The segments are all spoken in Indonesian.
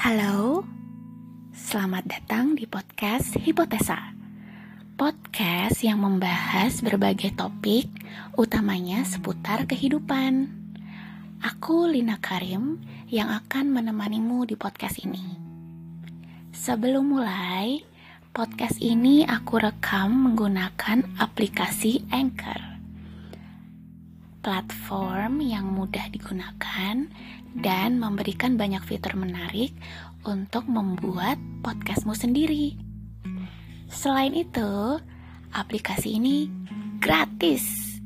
Halo, selamat datang di podcast Hipotesa. Podcast yang membahas berbagai topik, utamanya seputar kehidupan. Aku Lina Karim yang akan menemanimu di podcast ini. Sebelum mulai, podcast ini aku rekam menggunakan aplikasi Anchor. Platform yang mudah digunakan dan memberikan banyak fitur menarik untuk membuat podcastmu sendiri. Selain itu, aplikasi ini gratis.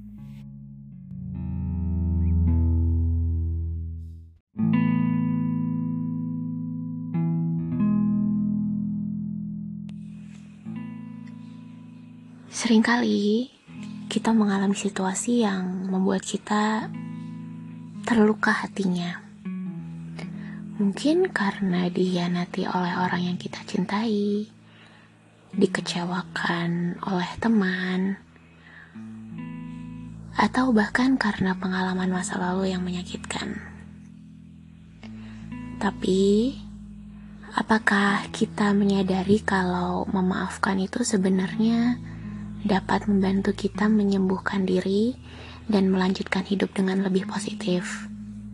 Seringkali kita mengalami situasi yang membuat kita terluka hatinya. Mungkin karena dikhianati oleh orang yang kita cintai, dikecewakan oleh teman, atau bahkan karena pengalaman masa lalu yang menyakitkan. Tapi, apakah kita menyadari kalau memaafkan itu sebenarnya dapat membantu kita menyembuhkan diri dan melanjutkan hidup dengan lebih positif?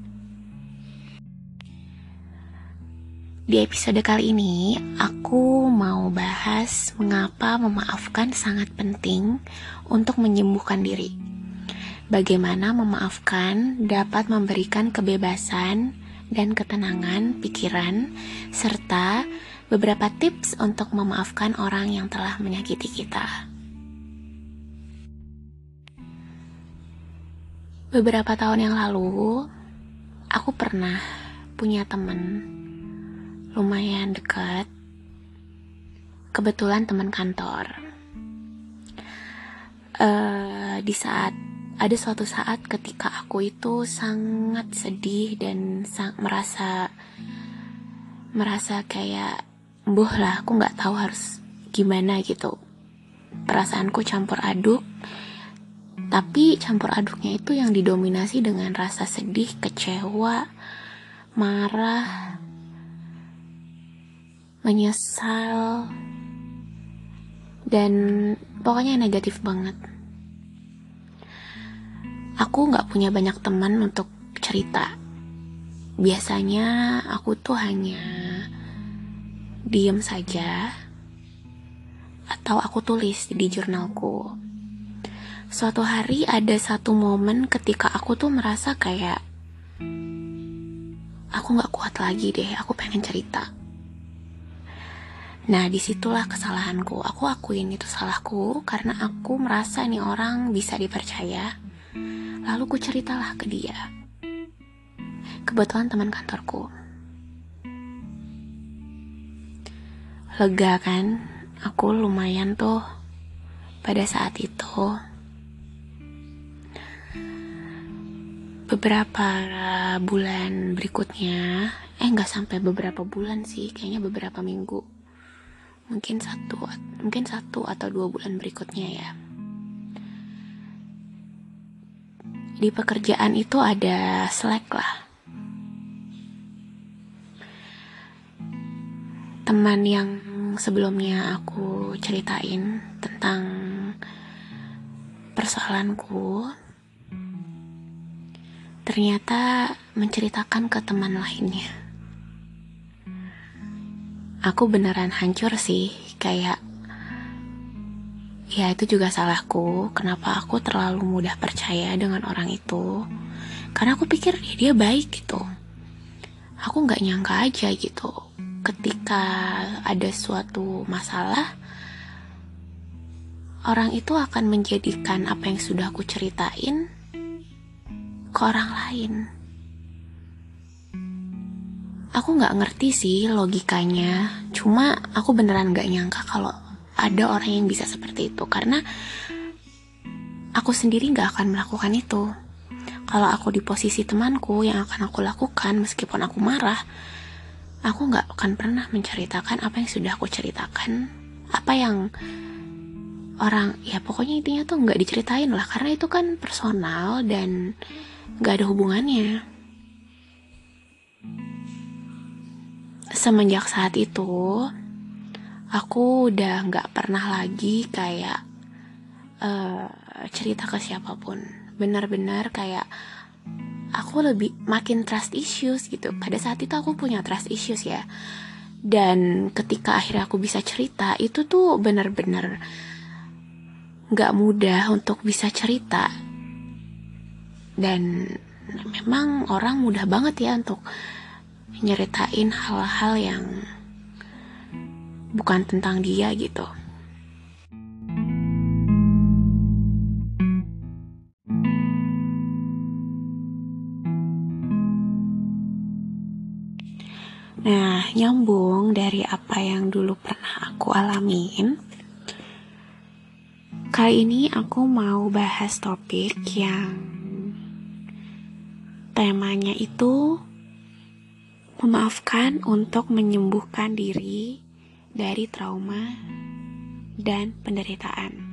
Di episode kali ini, aku mau bahas mengapa memaafkan sangat penting untuk menyembuhkan diri. Bagaimana memaafkan dapat memberikan kebebasan dan ketenangan pikiran, serta beberapa tips untuk memaafkan orang yang telah menyakiti kita. Beberapa tahun yang lalu, aku pernah punya teman lumayan dekat, kebetulan teman kantor. Ada suatu saat ketika aku itu sangat sedih dan merasa kayak, aku nggak tahu harus gimana gitu. Perasaanku campur aduk. Tapi campur aduknya itu yang didominasi dengan rasa sedih, kecewa, marah, menyesal, dan pokoknya negatif banget. Aku gak punya banyak teman untuk cerita. Biasanya aku tuh hanya diem saja, atau aku tulis di jurnalku. Suatu hari ada satu momen ketika aku tuh merasa kayak aku gak kuat lagi deh, aku pengen cerita. Nah, disitulah kesalahanku. Aku akuin itu salahku karena aku merasa nih orang bisa dipercaya. Lalu ku ceritalah ke dia. Kebetulan teman kantorku. Lega kan? Aku lumayan tuh pada saat itu. Beberapa bulan berikutnya, gak sampai beberapa bulan sih, kayaknya beberapa minggu, mungkin satu atau 2 bulan berikutnya ya. Di pekerjaan itu ada Slack lah. Teman yang sebelumnya aku ceritain tentang persoalanku, ternyata menceritakan ke teman lainnya. Aku beneran hancur sih, kayak ya itu juga salahku. Kenapa aku terlalu mudah percaya dengan orang itu? Karena aku pikir dia baik gitu. Aku gak nyangka aja gitu, ketika ada suatu masalah, orang itu akan menjadikan apa yang sudah aku ceritain ke orang lain. Aku gak ngerti sih logikanya, cuma aku beneran gak nyangka kalau ada orang yang bisa seperti itu, karena aku sendiri gak akan melakukan itu. Kalau aku di posisi temanku, yang akan aku lakukan meskipun aku marah, aku gak akan pernah menceritakan apa yang sudah aku ceritakan, apa yang orang, ya pokoknya intinya tuh gak diceritain lah, karena itu kan personal dan gak ada hubungannya. semenjak saat itu aku udah nggak pernah lagi kayak cerita ke siapapun. Benar-benar kayak aku lebih makin trust issues gitu. Pada saat itu aku punya trust issues ya. Dan ketika akhirnya aku bisa cerita, itu tuh benar-benar nggak mudah untuk bisa cerita. Dan memang orang mudah banget ya untuk nyeritain hal-hal yang bukan tentang dia gitu. Nah, nyambung dari apa yang dulu pernah aku alamin, kali ini aku mau bahas topik yang temanya itu memaafkan untuk menyembuhkan diri dari trauma dan penderitaan.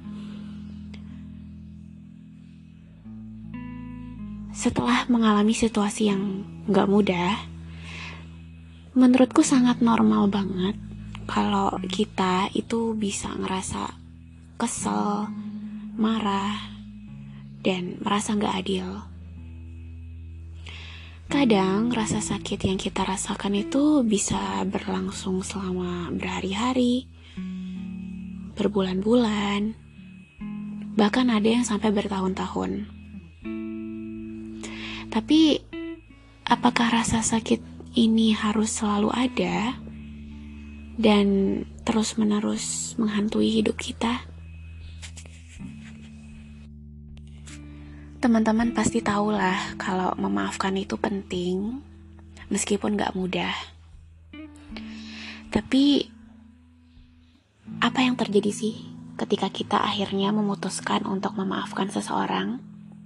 Setelah mengalami situasi yang gak mudah, menurutku sangat normal banget kalau kita itu bisa ngerasa kesel, marah, dan merasa gak adil. Kadang rasa sakit yang kita rasakan itu bisa berlangsung selama berhari-hari, berbulan-bulan, bahkan ada yang sampai bertahun-tahun. Tapi apakah rasa sakit ini harus selalu ada dan terus-menerus menghantui hidup kita? Teman-teman pasti tahulah kalau memaafkan itu penting, meskipun gak mudah. Tapi apa yang terjadi sih ketika kita akhirnya memutuskan untuk memaafkan seseorang?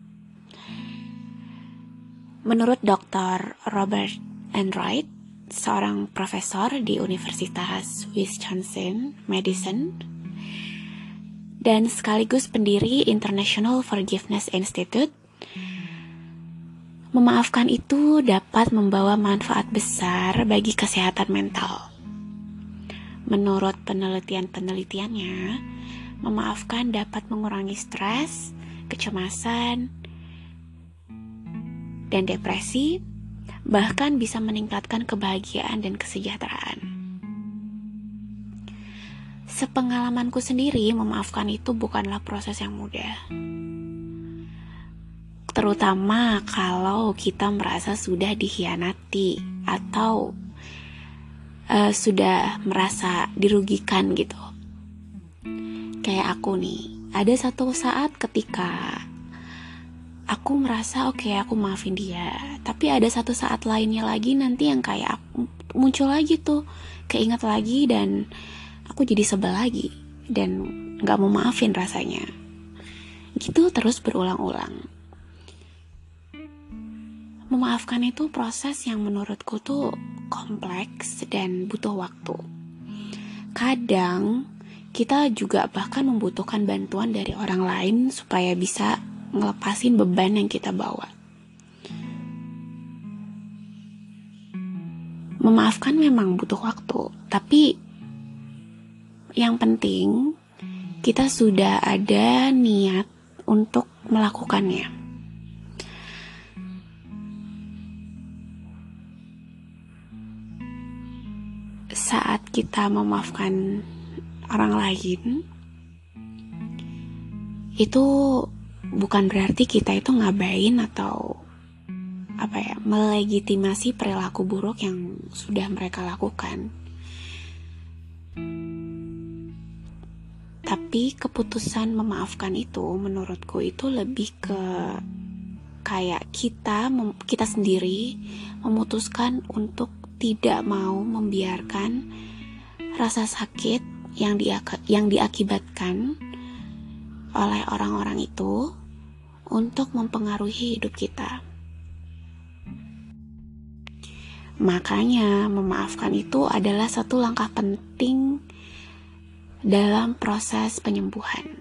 Menurut Dr. Robert Enright, seorang profesor di Universitas Wisconsin Madison dan sekaligus pendiri International Forgiveness Institute, memaafkan itu dapat membawa manfaat besar bagi kesehatan mental. Menurut penelitiannya, memaafkan dapat mengurangi stres, kecemasan, dan depresi, bahkan bisa meningkatkan kebahagiaan dan kesejahteraan. Sepengalamanku sendiri, memaafkan itu bukanlah proses yang mudah. Terutama kalau kita merasa sudah dikhianati atau sudah merasa dirugikan gitu. Kayak aku nih, ada satu saat ketika aku merasa oke, aku maafin dia, tapi ada satu saat lainnya lagi nanti yang kayak aku, muncul lagi tuh, keinget lagi dan aku jadi sebel lagi dan gak mau maafin rasanya. Gitu terus berulang-ulang. Memaafkan itu proses yang menurutku tuh kompleks dan butuh waktu. Kadang kita juga bahkan membutuhkan bantuan dari orang lain supaya bisa ngelepasin beban yang kita bawa. Memaafkan memang butuh waktu, tapi yang penting kita sudah ada niat untuk melakukannya. Saat kita memaafkan orang lain, itu bukan berarti kita itu ngabain atau melegitimasi perilaku buruk yang sudah mereka lakukan. Tapi keputusan memaafkan itu menurutku itu lebih ke kayak kita sendiri memutuskan untuk tidak mau membiarkan rasa sakit yang diakibatkan oleh orang-orang itu untuk mempengaruhi hidup kita. Makanya memaafkan itu adalah satu langkah penting dalam proses penyembuhan.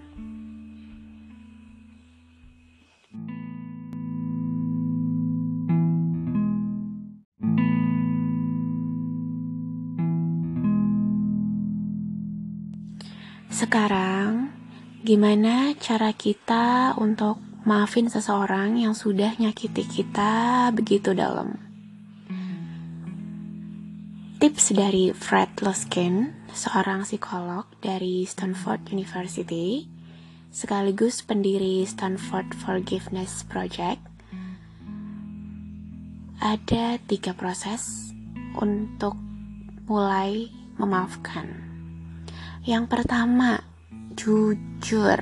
Sekarang, gimana cara kita untuk maafin seseorang yang sudah nyakiti kita begitu dalam? Tips dari Fred Luskin, seorang psikolog dari Stanford University, sekaligus pendiri Stanford Forgiveness Project. Ada 3 proses untuk mulai memaafkan. Yang pertama, jujur.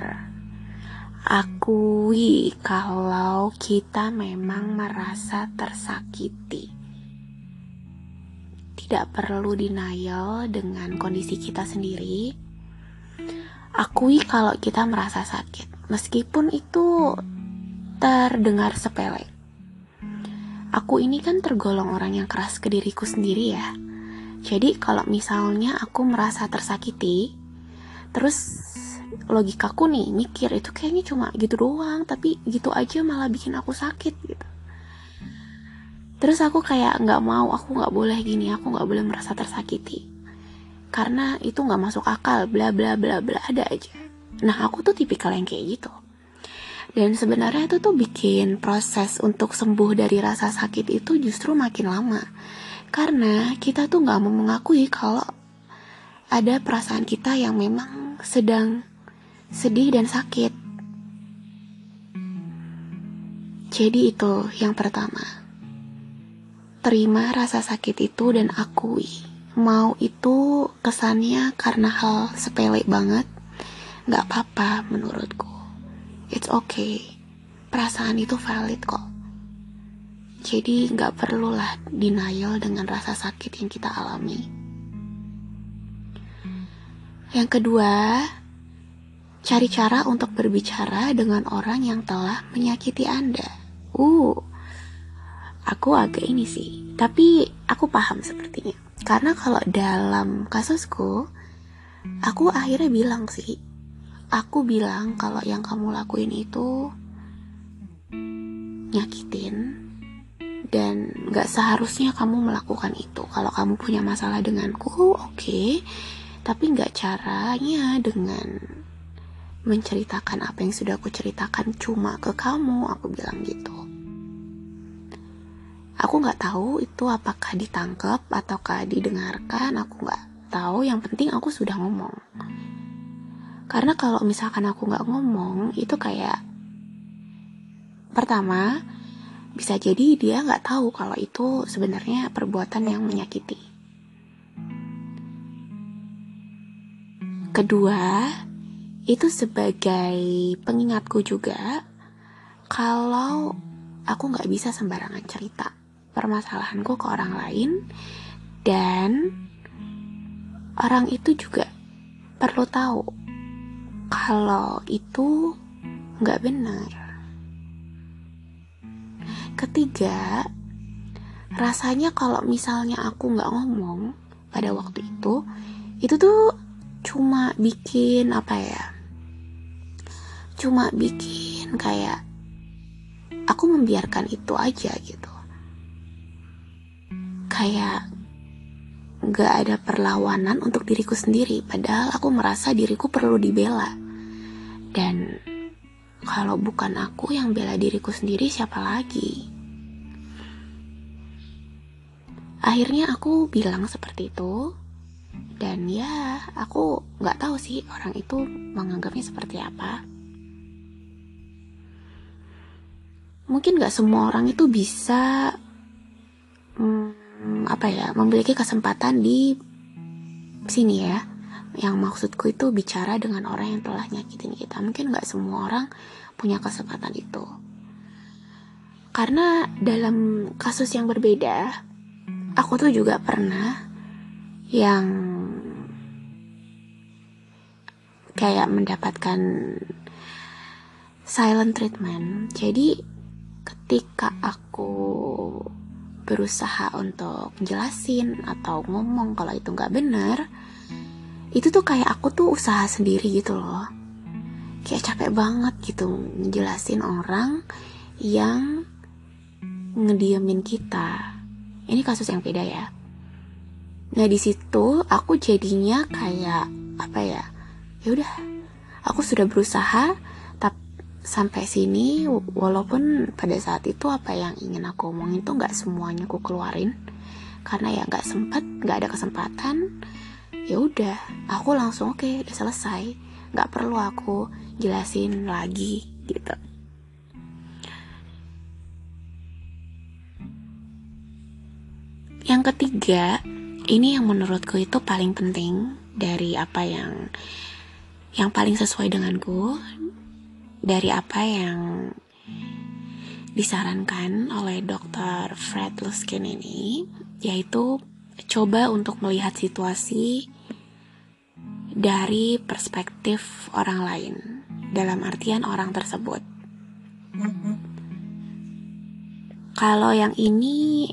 Akui kalau kita memang merasa tersakiti. Tidak perlu denial dengan kondisi kita sendiri. Akui kalau kita merasa sakit, meskipun itu terdengar sepele. Aku ini kan tergolong orang yang keras ke diriku sendiri ya. Jadi kalau misalnya aku merasa tersakiti, terus logikaku nih mikir itu kayaknya cuma gitu doang, tapi gitu aja malah bikin aku sakit gitu. Terus aku kayak aku gak boleh gini, aku gak boleh merasa tersakiti. Karena itu gak masuk akal, bla bla bla bla, ada aja. Nah aku tuh tipikal yang kayak gitu. Dan sebenarnya itu tuh bikin proses untuk sembuh dari rasa sakit itu justru makin lama. Karena kita tuh gak mau mengakui kalau ada perasaan kita yang memang sedang sedih dan sakit. Jadi itu yang pertama. Terima rasa sakit itu dan akui. Mau itu kesannya karena hal sepele banget, gak apa-apa menurutku. It's okay. Perasaan itu valid kok. Jadi gak perlulah denial dengan rasa sakit yang kita alami. Yang kedua, cari cara untuk berbicara dengan orang yang telah menyakiti Anda. Aku agak ini sih, tapi aku paham sepertinya. Karena kalau dalam kasusku, aku akhirnya bilang sih, aku bilang kalau yang kamu lakuin itu nyakitin. Dan gak seharusnya kamu melakukan itu. Kalau kamu punya masalah denganku, oke. Tapi gak caranya dengan menceritakan apa yang sudah aku ceritakan cuma ke kamu, aku bilang gitu. Aku gak tahu itu apakah ditangkap ataukah didengarkan, aku gak tahu. Yang penting aku sudah ngomong. Karena kalau misalkan aku gak ngomong, itu kayak pertama, bisa jadi dia gak tahu kalau itu sebenarnya perbuatan yang menyakiti. Kedua, itu sebagai pengingatku juga kalau aku gak bisa sembarangan cerita permasalahanku ke orang lain. Dan orang itu juga perlu tahu kalau itu gak benar. Ketiga, rasanya kalau misalnya aku gak ngomong pada waktu itu tuh cuma bikin cuma bikin kayak aku membiarkan itu aja gitu. Kayak gak ada perlawanan untuk diriku sendiri, padahal aku merasa diriku perlu dibela. Dan kalau bukan aku yang bela diriku sendiri, siapa lagi? Akhirnya aku bilang seperti itu. Dan ya, aku gak tahu sih orang itu menganggapnya seperti apa. Mungkin gak semua orang itu bisa memiliki kesempatan di sini ya. Yang maksudku itu bicara dengan orang yang telah nyakitin kita. Mungkin gak semua orang punya kesempatan itu. Karena dalam kasus yang berbeda, aku tuh juga pernah yang kayak mendapatkan silent treatment. Jadi ketika aku berusaha untuk jelasin atau ngomong kalau itu gak benar, itu tuh kayak aku tuh usaha sendiri gitu loh. Kayak capek banget gitu ngejelasin orang yang ngediemin kita. Ini kasus yang beda ya. Nah di situ aku jadinya kayak ya udah, aku sudah berusaha sampai sini, walaupun pada saat itu apa yang ingin aku omongin tuh nggak semuanya aku keluarin karena ya nggak sempat, nggak ada kesempatan. Ya udah, aku langsung oke, udah selesai, nggak perlu aku jelasin lagi gitu. Yang ketiga, ini yang menurutku itu paling penting dari apa yang paling sesuai denganku, dari apa yang disarankan oleh Dr. Fred Luskin ini, yaitu coba untuk melihat situasi dari perspektif orang lain, dalam artian orang tersebut. Kalau yang ini,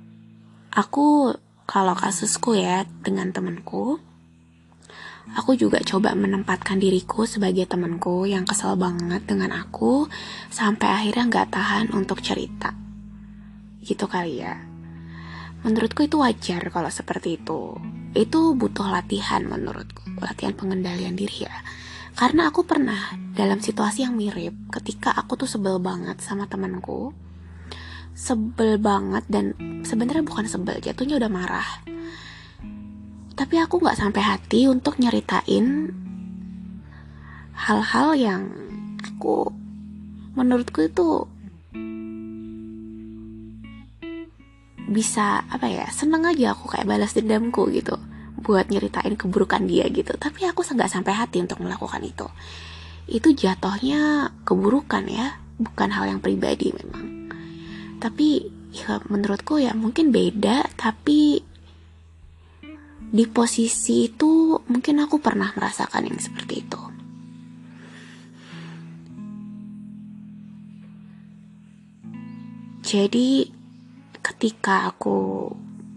kalau kasusku ya dengan temanku, aku juga coba menempatkan diriku sebagai temanku yang kesel banget dengan aku sampai akhirnya gak tahan untuk cerita. Gitu kali ya. Menurutku itu wajar kalau seperti itu. Itu butuh latihan menurutku, latihan pengendalian diri ya. Karena aku pernah dalam situasi yang mirip ketika aku tuh sebel banget sama temanku. Sebel banget, dan sebenarnya bukan sebel, jatuhnya udah marah. Tapi aku gak sampai hati untuk nyeritain hal-hal yang menurutku itu bisa seneng aja aku kayak balas dendamku gitu buat nyeritain keburukan dia gitu. Tapi aku gak sampai hati untuk melakukan itu. Itu jatuhnya keburukan ya, bukan hal yang pribadi memang. Tapi ya menurutku ya mungkin beda, tapi di posisi itu mungkin aku pernah merasakan yang seperti itu. Jadi ketika aku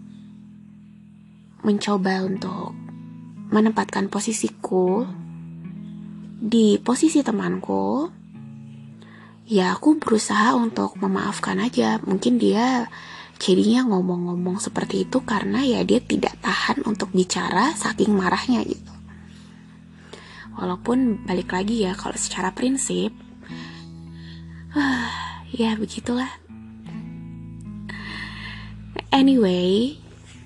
mencoba untuk menempatkan posisiku di posisi temanku, ya aku berusaha untuk memaafkan aja. Mungkin dia jadinya ngomong-ngomong seperti itu karena ya dia tidak tahan untuk bicara saking marahnya gitu. Walaupun balik lagi ya, kalau secara prinsip ya begitulah. Anyway,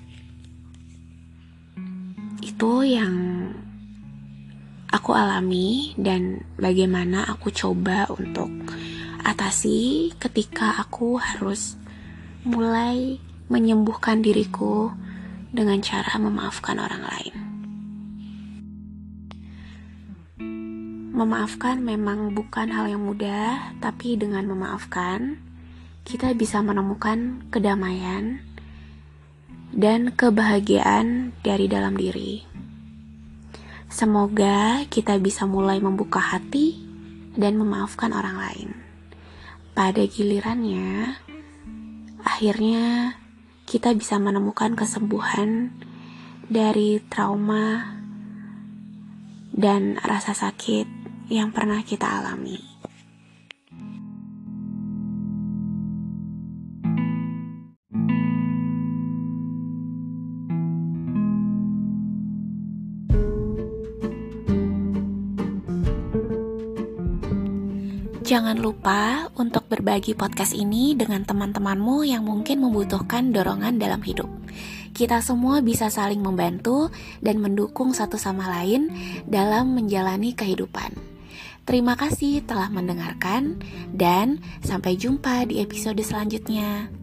itu yang aku alami dan bagaimana aku coba untuk atasi ketika aku harus mulai menyembuhkan diriku dengan cara memaafkan orang lain. Memaafkan memang bukan hal yang mudah, tapi dengan memaafkan, kita bisa menemukan kedamaian dan kebahagiaan dari dalam diri. Semoga kita bisa mulai membuka hati dan memaafkan orang lain. Pada gilirannya, akhirnya kita bisa menemukan kesembuhan dari trauma dan rasa sakit yang pernah kita alami. Jangan lupa untuk berbagi podcast ini dengan teman-temanmu yang mungkin membutuhkan dorongan dalam hidup. Kita semua bisa saling membantu dan mendukung satu sama lain dalam menjalani kehidupan. Terima kasih telah mendengarkan dan sampai jumpa di episode selanjutnya.